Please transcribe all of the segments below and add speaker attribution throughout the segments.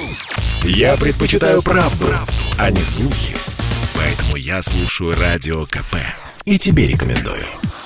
Speaker 1: Я предпочитаю правду, а не слухи. Поэтому я слушаю Радио КП. И тебе рекомендую.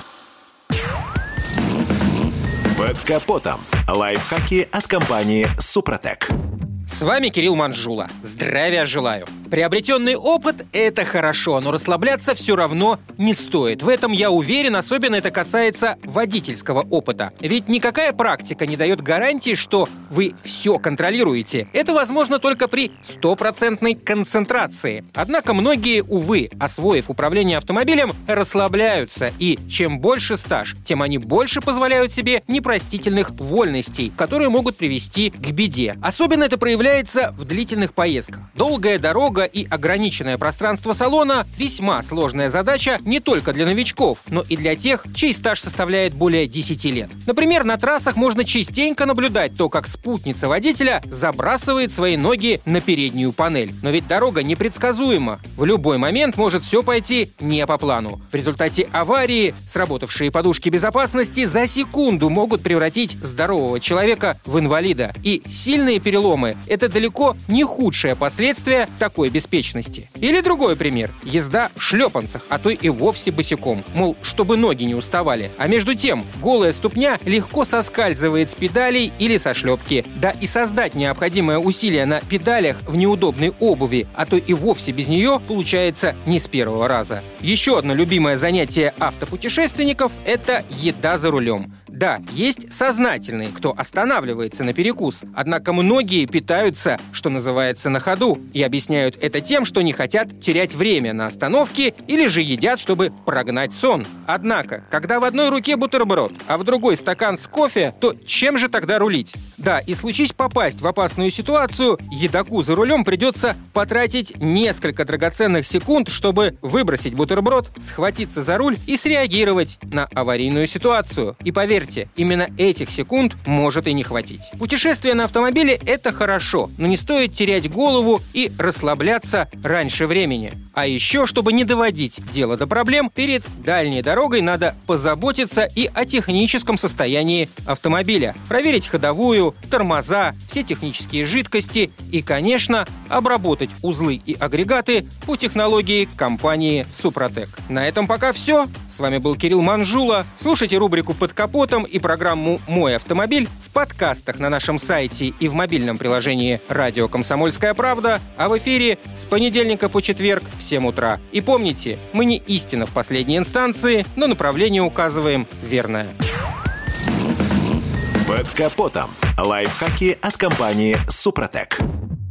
Speaker 1: Под капотом. Лайфхаки от компании «Супротек».
Speaker 2: С вами Кирилл Манжула. Здравия желаю. Приобретенный опыт – это хорошо, но расслабляться все равно не стоит. В этом я уверен, особенно это касается водительского опыта. Ведь никакая практика не дает гарантии, что вы все контролируете. Это возможно только при 100% концентрации. Однако многие, увы, освоив управление автомобилем, расслабляются. И чем больше стаж, тем они больше позволяют себе непростительных вольностей, которые могут привести к беде. Особенно это проявляется в длительных поездках. Долгая дорога и ограниченное пространство салона – весьма сложная задача не только для новичков, но и для тех, чей стаж составляет более 10 лет. Например, на трассах можно частенько наблюдать то, как спутница водителя забрасывает свои ноги на переднюю панель. Но ведь дорога непредсказуема. В любой момент может все пойти не по плану. В результате аварии сработавшие подушки безопасности за секунду могут превратить здорового человека в инвалида. И сильные переломы – это далеко не худшее последствие такой беспечности. Или другой пример – езда в шлепанцах, а то и вовсе босиком. Мол, чтобы ноги не уставали. А между тем, голая ступня легко соскальзывает с педалей или со шлепки. Да и создать необходимое усилие на педалях в неудобной обуви, а то и вовсе без нее, получается не с первого раза. Еще одно любимое занятие автопутешественников – это езда за рулем. Да, есть сознательные, кто останавливается на перекус. Однако многие питаются, что называется, на ходу. И объясняют это тем, что не хотят терять время на остановке или же едят, чтобы прогнать сон. Однако, когда в одной руке бутерброд, а в другой стакан с кофе, то чем же тогда рулить? Да, и случись попасть в опасную ситуацию, едоку за рулем придется потратить несколько драгоценных секунд, чтобы выбросить бутерброд, схватиться за руль и среагировать на аварийную ситуацию. И поверьте, именно этих секунд может и не хватить. Путешествие на автомобиле – это хорошо, но не стоит терять голову и расслабляться раньше времени. А еще, чтобы не доводить дело до проблем, перед дальней дорогой надо позаботиться и о техническом состоянии автомобиля. Проверить ходовую, тормоза, все технические жидкости и, конечно, обработать узлы и агрегаты по технологии компании «Супротек». На этом пока все. С вами был Кирилл Манжула. Слушайте рубрику «Под капотом» и программу «Мой автомобиль» в подкастах на нашем сайте и в мобильном приложении «Радио Комсомольская правда», а в эфире с понедельника по четверг в 7 утра. И помните, мы не истина в последней инстанции, но направление указываем верное.
Speaker 1: Под капотом. Лайфхаки от компании «Супротек».